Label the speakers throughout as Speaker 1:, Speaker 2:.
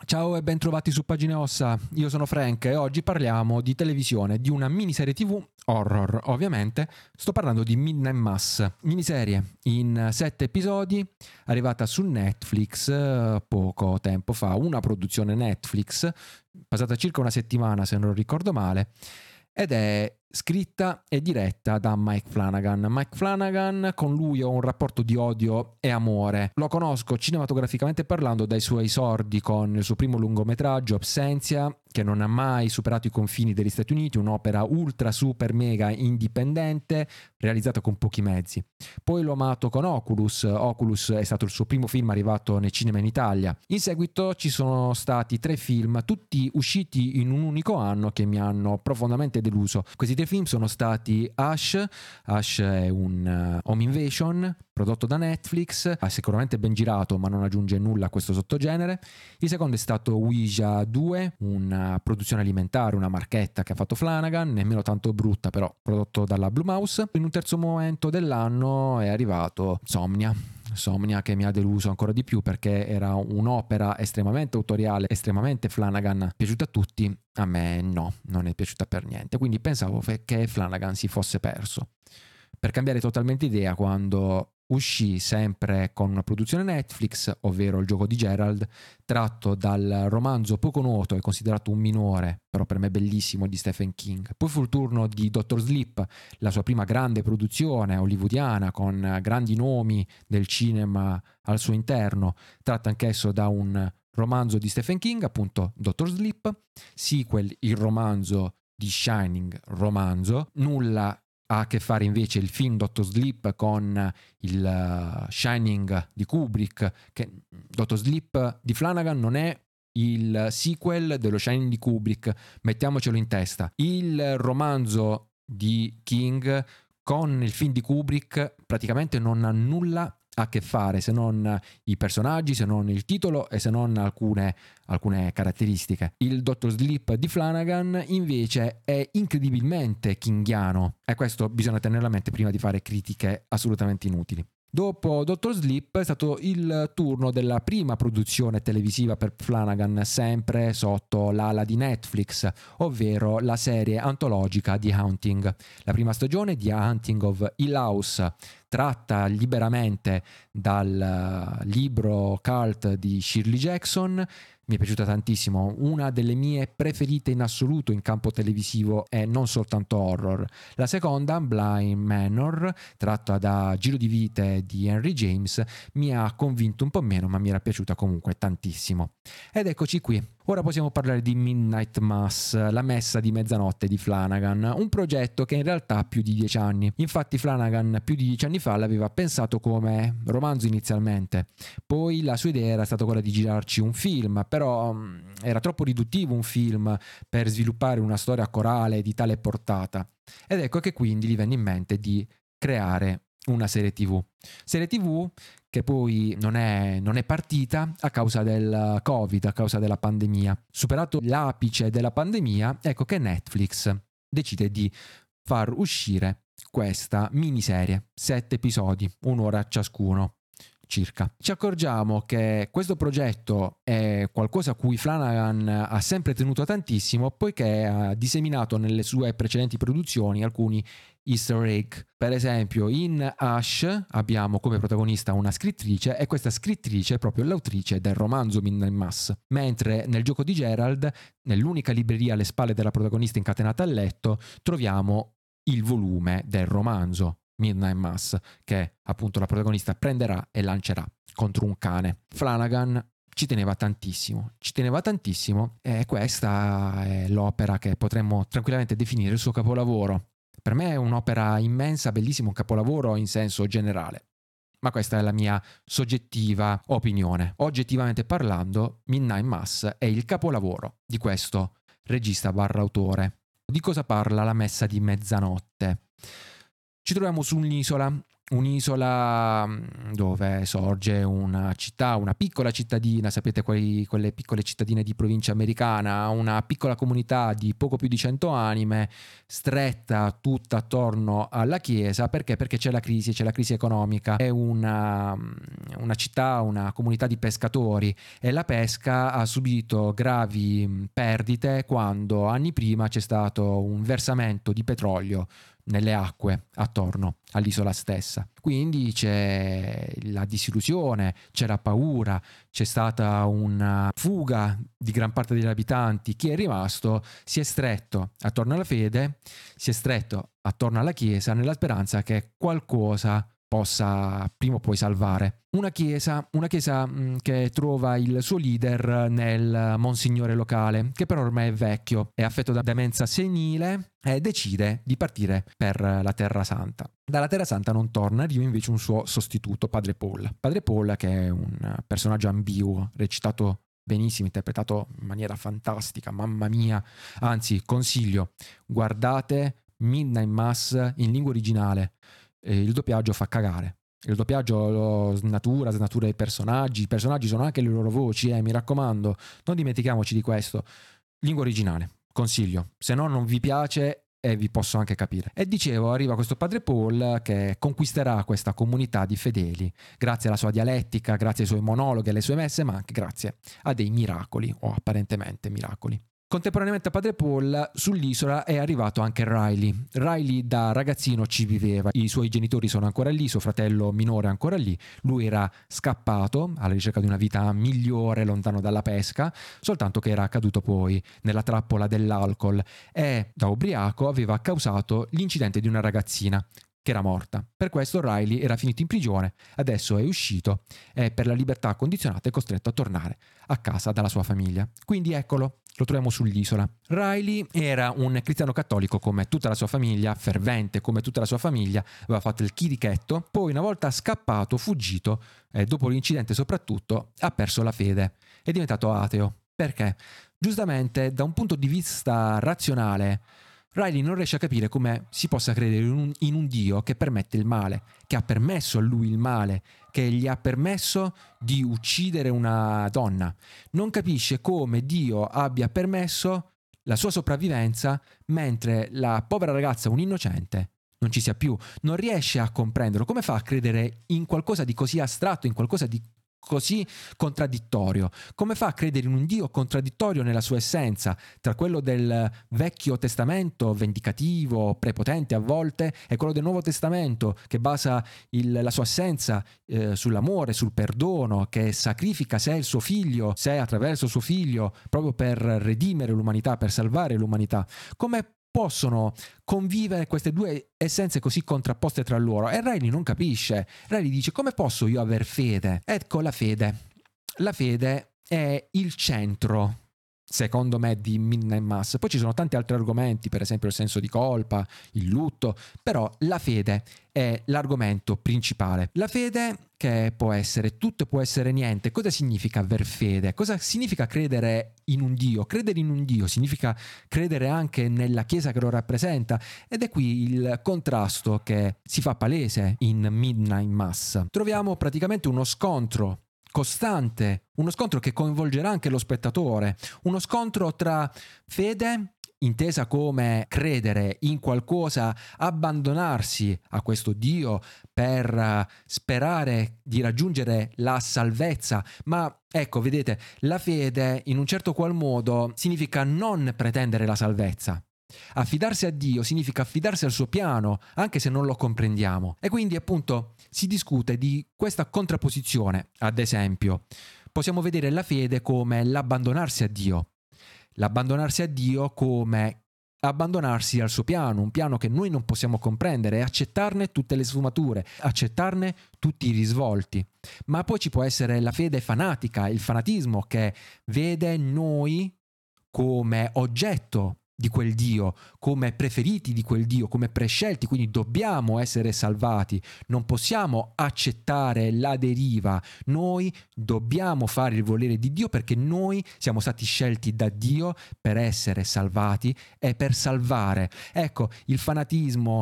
Speaker 1: Ciao e ben trovati su Pagine Ossa, io sono Frank e oggi parliamo di televisione, di una miniserie TV horror, ovviamente. Sto parlando di Midnight Mass, miniserie in 7 episodi, arrivata su Netflix poco tempo fa, una produzione Netflix, passata circa una settimana se non ricordo male, ed è scritta e diretta da Mike Flanagan. Mike Flanagan, con lui ho un rapporto di odio e amore. Lo conosco cinematograficamente parlando dai suoi esordi con il suo primo lungometraggio Absentia, che non ha mai superato i confini degli Stati Uniti, un'opera ultra super mega indipendente realizzata con pochi mezzi. Poi l'ho amato con Oculus è stato il suo primo film arrivato nei cinema in Italia. In seguito ci sono stati 3 film, tutti usciti in un unico anno, che mi hanno profondamente deluso. Questi 3 film sono stati Hush è un home invasion prodotto da Netflix, ha sicuramente ben girato ma non aggiunge nulla a questo sottogenere. Il secondo è stato Ouija 2, una produzione alimentare, una marchetta che ha fatto Flanagan, nemmeno tanto brutta però, prodotto dalla Blue Mouse. In un terzo momento dell'anno è arrivato Somnia, che mi ha deluso ancora di più perché era un'opera estremamente autoriale, estremamente Flanagan, piaciuta a tutti, a me no, non è piaciuta per niente, quindi pensavo che Flanagan si fosse perso. Per cambiare totalmente idea, quando uscì sempre con una produzione Netflix, ovvero Il gioco di Gerald, tratto dal romanzo poco noto e considerato un minore, però per me bellissimo, di Stephen King. Poi fu il turno di Dr. Sleep, la sua prima grande produzione hollywoodiana con grandi nomi del cinema al suo interno, tratta anch'esso da un romanzo di Stephen King, appunto Dr. Sleep, sequel il romanzo di Shining, romanzo, nulla ha a che fare invece il film Dr. Sleep con il Shining di Kubrick, che Dr. Sleep di Flanagan non è il sequel dello Shining di Kubrick, mettiamocelo in testa. Il romanzo di King con il film di Kubrick praticamente non ha nulla a che fare, se non i personaggi, se non il titolo e se non alcune caratteristiche. Il Dr. Sleep di Flanagan invece è incredibilmente kingiano e questo bisogna tenerlo a mente prima di fare critiche assolutamente inutili. Dopo Dr. Sleep è stato il turno della prima produzione televisiva per Flanagan, sempre sotto l'ala di Netflix, ovvero la serie antologica The Haunting. La prima stagione di A Haunting of Hill House, tratta liberamente dal libro Cult di Shirley Jackson, mi è piaciuta tantissimo, una delle mie preferite in assoluto in campo televisivo e non soltanto horror. La seconda, Blind Manor, tratta da Giro di vite di Henry James, mi ha convinto un po' meno, ma mi era piaciuta comunque tantissimo. Ed eccoci qui. Ora possiamo parlare di Midnight Mass, la messa di mezzanotte di Flanagan, un progetto che in realtà ha più di 10 anni. Infatti Flanagan più di 10 anni fa l'aveva pensato come romanzo inizialmente, poi la sua idea era stata quella di girarci un film, però era troppo riduttivo un film per sviluppare una storia corale di tale portata. Ed ecco che quindi gli venne in mente di creare una serie TV. Serie TV che poi non è partita a causa del Covid, a causa della pandemia. Superato l'apice della pandemia, ecco che Netflix decide di far uscire questa miniserie, 7 episodi, un'ora ciascuno circa. Ci accorgiamo che questo progetto è qualcosa a cui Flanagan ha sempre tenuto tantissimo, poiché ha disseminato nelle sue precedenti produzioni alcuni easter egg. Per esempio in Hush abbiamo come protagonista una scrittrice e questa scrittrice è proprio l'autrice del romanzo Midnight Mass, mentre nel gioco di Gerald, nell'unica libreria alle spalle della protagonista incatenata al letto, troviamo il volume del romanzo Midnight Mass, che appunto la protagonista prenderà e lancerà contro un cane. Flanagan ci teneva tantissimo e questa è l'opera che potremmo tranquillamente definire il suo capolavoro. Per me è un'opera immensa, bellissima, un capolavoro in senso generale. Ma questa è la mia soggettiva opinione. Oggettivamente parlando, Midnight Mass è il capolavoro di questo regista barra autore. Di cosa parla La messa di mezzanotte? Ci troviamo su un'isola un'isola dove sorge una città, una piccola cittadina, sapete quelle piccole cittadine di provincia americana, una piccola comunità di poco più di 100 anime, stretta tutta attorno alla chiesa, perché c'è la crisi economica, è una città, una comunità di pescatori e la pesca ha subito gravi perdite quando anni prima c'è stato un versamento di petrolio nelle acque attorno all'isola stessa. Quindi c'è la disillusione, c'è la paura, c'è stata una fuga di gran parte degli abitanti. Chi è rimasto si è stretto attorno alla fede, si è stretto attorno alla chiesa nella speranza che qualcosa possa prima o poi salvare. Una chiesa che trova il suo leader nel monsignore locale, che però ormai è vecchio, è affetto da demenza senile e decide di partire per la Terra Santa. Dalla Terra Santa non torna, arriva invece un suo sostituto, Padre Paul. Padre Paul, che è un personaggio ambiguo, recitato benissimo, interpretato in maniera fantastica, mamma mia. Anzi, consiglio, guardate Midnight Mass in lingua originale. Il doppiaggio fa cagare. Il doppiaggio snatura i personaggi sono anche le loro voci, mi raccomando, non dimentichiamoci di questo. Lingua originale, consiglio, se no non vi piace e vi posso anche capire. E dicevo, arriva questo Padre Paul che conquisterà questa comunità di fedeli grazie alla sua dialettica, grazie ai suoi monologhi, alle sue messe, ma anche grazie a dei miracoli, o apparentemente miracoli. Contemporaneamente a Padre Paul sull'isola è arrivato anche Riley. Riley da ragazzino ci viveva, i suoi genitori sono ancora lì, suo fratello minore è ancora lì, lui era scappato alla ricerca di una vita migliore lontano dalla pesca, soltanto che era caduto poi nella trappola dell'alcol e da ubriaco aveva causato l'incidente di una ragazzina che era morta. Per questo Riley era finito in prigione, adesso è uscito e per la libertà condizionata è costretto a tornare a casa dalla sua famiglia. Quindi eccolo, lo troviamo sull'isola. Riley era un cristiano cattolico come tutta la sua famiglia, fervente come tutta la sua famiglia, aveva fatto il chirichetto, poi una volta scappato, fuggito, e dopo l'incidente soprattutto, ha perso la fede, è diventato ateo. Perché? Giustamente, da un punto di vista razionale, Riley non riesce a capire come si possa credere in un Dio che permette il male, che ha permesso a lui il male, che gli ha permesso di uccidere una donna. Non capisce come Dio abbia permesso la sua sopravvivenza mentre la povera ragazza, un innocente, non ci sia più. Non riesce a comprenderlo. Come fa a credere in qualcosa di così astratto, in qualcosa di così contraddittorio? Come fa a credere in un Dio contraddittorio nella sua essenza, tra quello del Vecchio Testamento, vendicativo, prepotente a volte, e quello del Nuovo Testamento, che basa la sua essenza sull'amore, sul perdono, che sacrifica sé, il suo figlio, sé attraverso suo figlio, proprio per redimere l'umanità, per salvare l'umanità? Come possono convivere queste due essenze così contrapposte tra loro? E Riley non capisce. Riley dice: come posso io aver fede? Ecco la fede. La fede è il centro, secondo me, di Midnight Mass. Poi ci sono tanti altri argomenti, per esempio il senso di colpa, il lutto, però la fede è l'argomento principale. La fede, che può essere tutto, può essere niente. Cosa significa aver fede? Cosa significa credere in un Dio? Credere in un Dio significa credere anche nella Chiesa che lo rappresenta, ed è qui il contrasto che si fa palese in Midnight Mass. Troviamo praticamente uno scontro costante, uno scontro che coinvolgerà anche lo spettatore, uno scontro tra fede, intesa come credere in qualcosa, abbandonarsi a questo Dio per sperare di raggiungere la salvezza, ma ecco, vedete, la fede in un certo qual modo significa non pretendere la salvezza. Affidarsi a Dio significa affidarsi al suo piano, anche se non lo comprendiamo. E quindi appunto si discute di questa contrapposizione. Ad esempio, possiamo vedere la fede come l'abbandonarsi a Dio. L'abbandonarsi a Dio come abbandonarsi al suo piano, un piano che noi non possiamo comprendere, e accettarne tutte le sfumature, accettarne tutti i risvolti. Ma poi ci può essere la fede fanatica, il fanatismo che vede noi come oggetto di quel Dio, come preferiti di quel Dio, come prescelti, quindi dobbiamo essere salvati, non possiamo accettare la deriva, noi dobbiamo fare il volere di Dio perché noi siamo stati scelti da Dio per essere salvati e per salvare. Ecco, il fanatismo,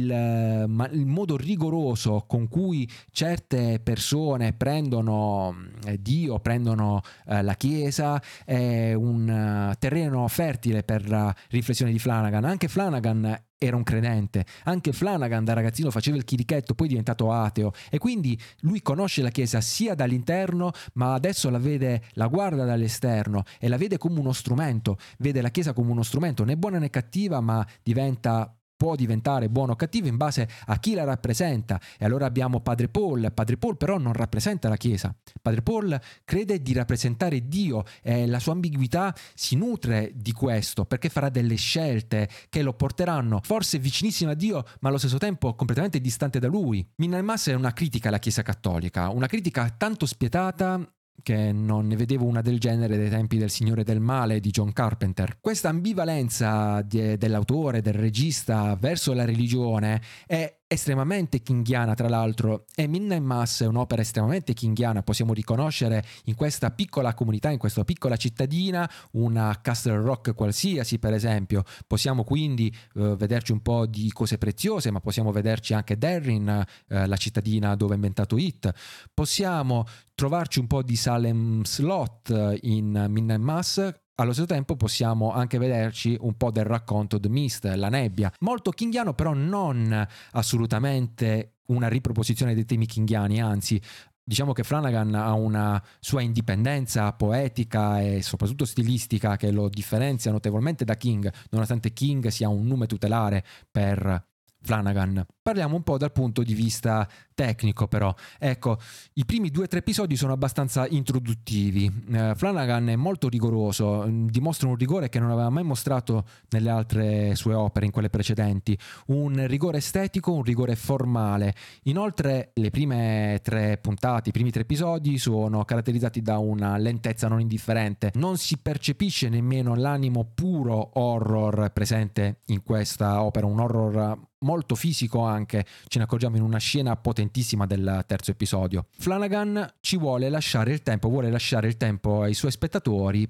Speaker 1: il modo rigoroso con cui certe persone prendono Dio, prendono la Chiesa, è un terreno fertile per la riflessione di Flanagan. Anche Flanagan era un credente, anche Flanagan da ragazzino faceva il chirichetto, poi è diventato ateo, e quindi lui conosce la Chiesa sia dall'interno, ma adesso la guarda dall'esterno e la vede come uno strumento, vede la Chiesa come uno strumento, né buona né cattiva, ma può diventare buono o cattivo in base a chi la rappresenta. E allora abbiamo Padre Paul però non rappresenta la Chiesa, Padre Paul crede di rappresentare Dio e la sua ambiguità si nutre di questo, perché farà delle scelte che lo porteranno forse vicinissimo a Dio ma allo stesso tempo completamente distante da lui. Midnight Mass è una critica alla Chiesa cattolica, una critica tanto spietata che non ne vedevo una del genere dai tempi del Signore del Male di John Carpenter. Questa ambivalenza dell'autore, del regista verso la religione è estremamente kinghiana, tra l'altro, e Midnight Mass è un'opera estremamente kinghiana. Possiamo riconoscere in questa piccola comunità, in questa piccola cittadina, una Castle Rock qualsiasi, per esempio. Possiamo quindi vederci un po' di Cose Preziose, ma possiamo vederci anche Derrin, la cittadina dove è inventato It. Possiamo trovarci un po' di Salem Slot in Midnight Mass. Allo stesso tempo possiamo anche vederci un po' del racconto The Mist, la nebbia. Molto kinghiano, però non assolutamente una riproposizione dei temi kinghiani, anzi diciamo che Flanagan ha una sua indipendenza poetica e soprattutto stilistica che lo differenzia notevolmente da King, nonostante King sia un nume tutelare per Flanagan. Parliamo un po' dal punto di vista tecnico, però. Ecco, i primi 2-3 episodi sono abbastanza introduttivi. Flanagan è molto rigoroso, dimostra un rigore che non aveva mai mostrato nelle altre sue opere, in quelle precedenti. Un rigore estetico, un rigore formale. Inoltre, le prime 3 puntate, i primi 3 episodi sono caratterizzati da una lentezza non indifferente. Non si percepisce nemmeno l'animo puro horror presente in questa opera, un horror molto fisico anche, ce ne accorgiamo in una scena potentissima del terzo episodio. Flanagan vuole lasciare il tempo ai suoi spettatori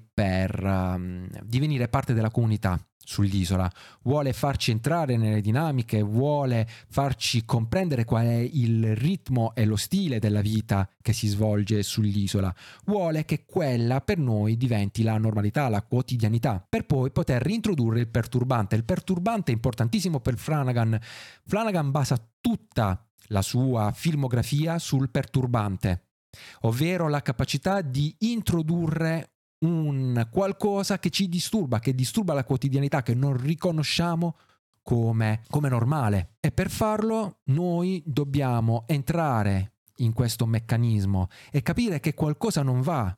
Speaker 1: per divenire parte della comunità sull'isola, vuole farci entrare nelle dinamiche, vuole farci comprendere qual è il ritmo e lo stile della vita che si svolge sull'isola, vuole che quella per noi diventi la normalità, la quotidianità, per poi poter reintrodurre il perturbante. Il perturbante è importantissimo per Flanagan. Flanagan basa tutta la sua filmografia sul perturbante, ovvero la capacità di introdurre un qualcosa che ci disturba, che disturba la quotidianità, che non riconosciamo come normale. E per farlo noi dobbiamo entrare in questo meccanismo e capire che qualcosa non va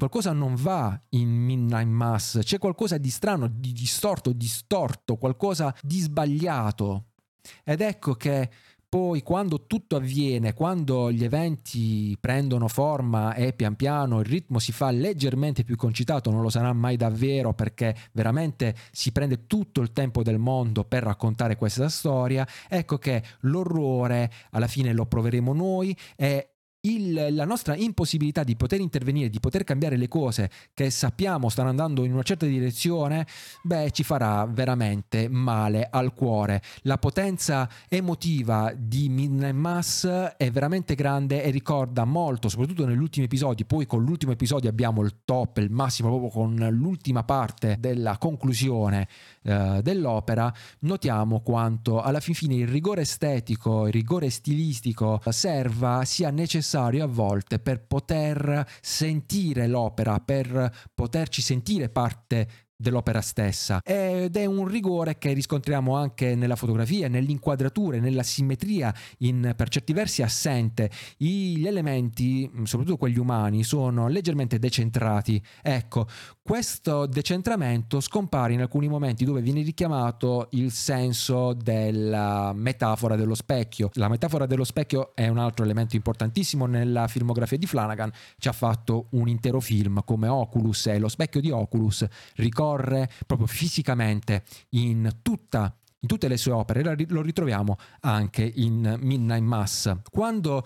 Speaker 1: in Midnight Mass, c'è qualcosa di strano, di distorto, qualcosa di sbagliato. Ed ecco che poi quando tutto avviene, quando gli eventi prendono forma e pian piano il ritmo si fa leggermente più concitato, non lo sarà mai davvero perché veramente si prende tutto il tempo del mondo per raccontare questa storia, ecco che l'orrore alla fine lo proveremo noi e la nostra impossibilità di poter intervenire, di poter cambiare le cose che sappiamo stanno andando in una certa direzione, ci farà veramente male al cuore. La potenza emotiva di Midnight Mass è veramente grande e ricorda molto, soprattutto negli ultimi episodi. Poi con l'ultimo episodio abbiamo il top, il massimo, proprio con l'ultima parte della conclusione dell'opera. Notiamo quanto alla fine il rigore estetico, il rigore stilistico sia necessario a volte per poter sentire l'opera, per poterci sentire parte dell'opera stessa, ed è un rigore che riscontriamo anche nella fotografia, nelle inquadrature, nella simmetria per certi versi assente. Gli elementi, soprattutto quelli umani, sono leggermente decentrati. Ecco, questo decentramento scompare in alcuni momenti dove viene richiamato il senso della metafora dello specchio. La metafora dello specchio è un altro elemento importantissimo nella filmografia di Flanagan. Ci ha fatto un intero film come Oculus, e lo specchio di Oculus ricorda ricorre proprio fisicamente in tutte le sue opere. Lo ritroviamo anche in Midnight Mass. Quando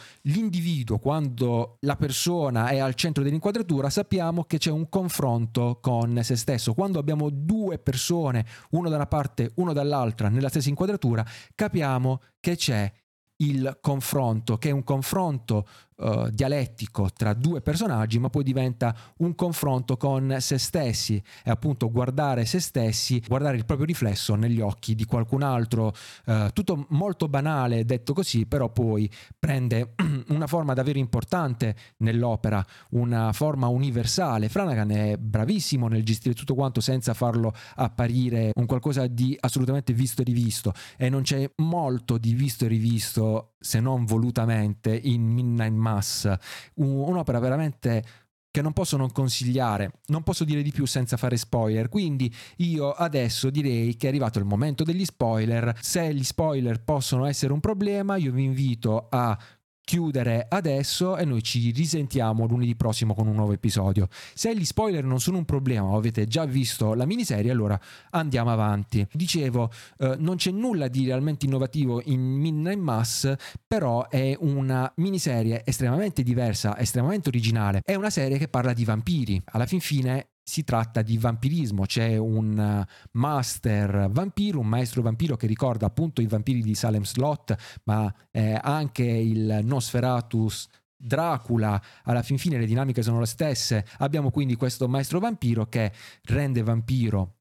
Speaker 1: la persona è al centro dell'inquadratura, sappiamo che c'è un confronto con se stesso. Quando abbiamo due persone, uno da una parte, uno dall'altra, nella stessa inquadratura, capiamo che c'è il confronto, che è un confronto dialettico tra due personaggi, ma poi diventa un confronto con se stessi, e appunto guardare se stessi, guardare il proprio riflesso negli occhi di qualcun altro. Tutto molto banale detto così, però poi prende una forma davvero importante nell'opera, una forma universale. Flanagan è bravissimo nel gestire tutto quanto senza farlo apparire un qualcosa di assolutamente visto e rivisto, e non c'è molto di visto e rivisto, se non volutamente, in Midnight Mass. Un'opera veramente che non posso non consigliare. Non posso dire di più senza fare spoiler, quindi io adesso direi che è arrivato il momento degli spoiler. Se gli spoiler possono essere un problema, io vi invito a chiudere adesso e noi ci risentiamo lunedì prossimo con un nuovo episodio. Se gli spoiler non sono un problema o avete già visto la miniserie, allora andiamo avanti. Dicevo, non c'è nulla di realmente innovativo in Midnight Mass, però è una miniserie estremamente diversa, estremamente originale. È una serie che parla di vampiri. Alla fin fine si tratta di vampirismo. C'è un master vampiro, un maestro vampiro che ricorda appunto i vampiri di Salem Slot, ma anche il Nosferatus Dracula. Alla fin fine le dinamiche sono le stesse. Abbiamo quindi questo maestro vampiro che rende vampiro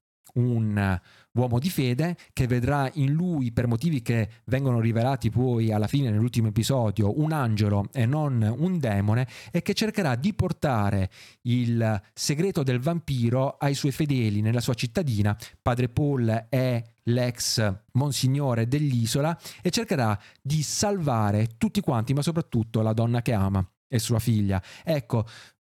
Speaker 1: un uomo di fede, che vedrà in lui, per motivi che vengono rivelati poi alla fine nell'ultimo episodio, un angelo e non un demone, e che cercherà di portare il segreto del vampiro ai suoi fedeli nella sua cittadina. Padre Paul è l'ex monsignore dell'isola e cercherà di salvare tutti quanti, ma soprattutto la donna che ama e sua figlia. Ecco,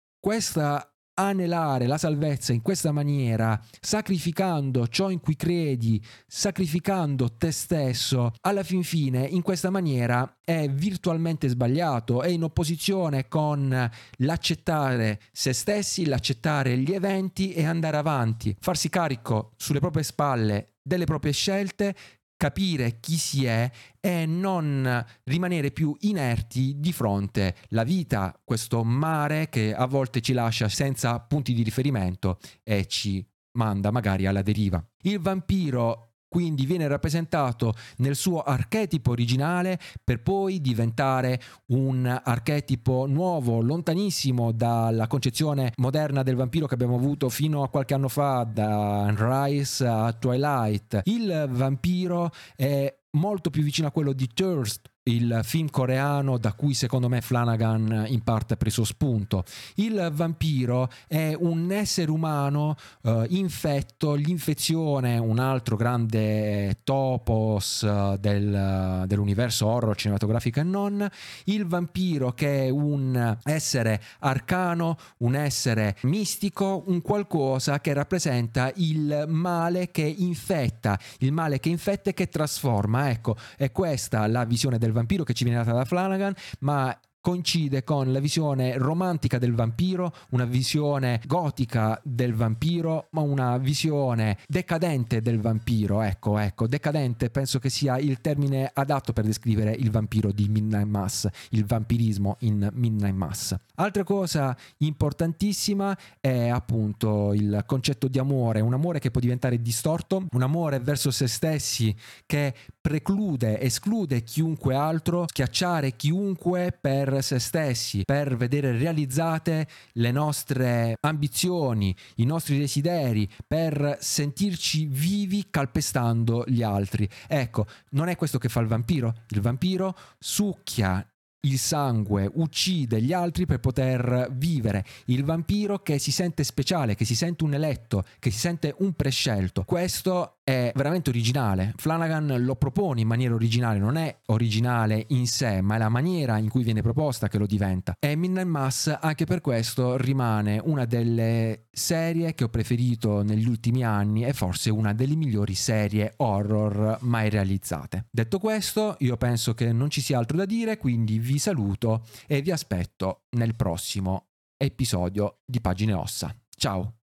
Speaker 1: questa anelare la salvezza in questa maniera, sacrificando ciò in cui credi, sacrificando te stesso, alla fin fine in questa maniera è virtualmente sbagliato, è in opposizione con l'accettare se stessi, l'accettare gli eventi e andare avanti, farsi carico sulle proprie spalle delle proprie scelte, capire chi si è e non rimanere più inerti di fronte alla vita, questo mare che a volte ci lascia senza punti di riferimento e ci manda magari alla deriva. Il vampiro quindi viene rappresentato nel suo archetipo originale per poi diventare un archetipo nuovo, lontanissimo dalla concezione moderna del vampiro che abbiamo avuto fino a qualche anno fa, da Rise a Twilight. Il vampiro è molto più vicino a quello di Thirst, il film coreano da cui secondo me Flanagan in parte ha preso spunto. Il vampiro è un essere umano infetto, l'infezione, un altro grande topos dell'universo horror cinematografico e non. Il vampiro che è un essere arcano, un essere mistico, un qualcosa che rappresenta il male che infetta, e che trasforma. Ecco, è questa la visione del vampiro che ci viene data da Flanagan, ma coincide con la visione romantica del vampiro, una visione gotica del vampiro, ma una visione decadente del vampiro. Ecco, decadente penso che sia il termine adatto per descrivere il vampiro di Midnight Mass, il vampirismo in Midnight Mass. Altra cosa importantissima è appunto il concetto di amore, un amore che può diventare distorto, un amore verso se stessi che preclude, esclude chiunque altro, schiacciare chiunque per se stessi, per vedere realizzate le nostre ambizioni, i nostri desideri, per sentirci vivi calpestando gli altri. Ecco, non è questo che fa il vampiro. Il vampiro succhia il sangue, uccide gli altri per poter vivere. Il vampiro che si sente speciale, che si sente un eletto, che si sente un prescelto. Questo è veramente originale. Flanagan lo propone in maniera originale, non è originale in sé, ma è la maniera in cui viene proposta che lo diventa. E Midnight Mass anche per questo rimane una delle serie che ho preferito negli ultimi anni e forse una delle migliori serie horror mai realizzate. Detto questo, io penso che non ci sia altro da dire, quindi vi saluto e vi aspetto nel prossimo episodio di Pagine Ossa. Ciao!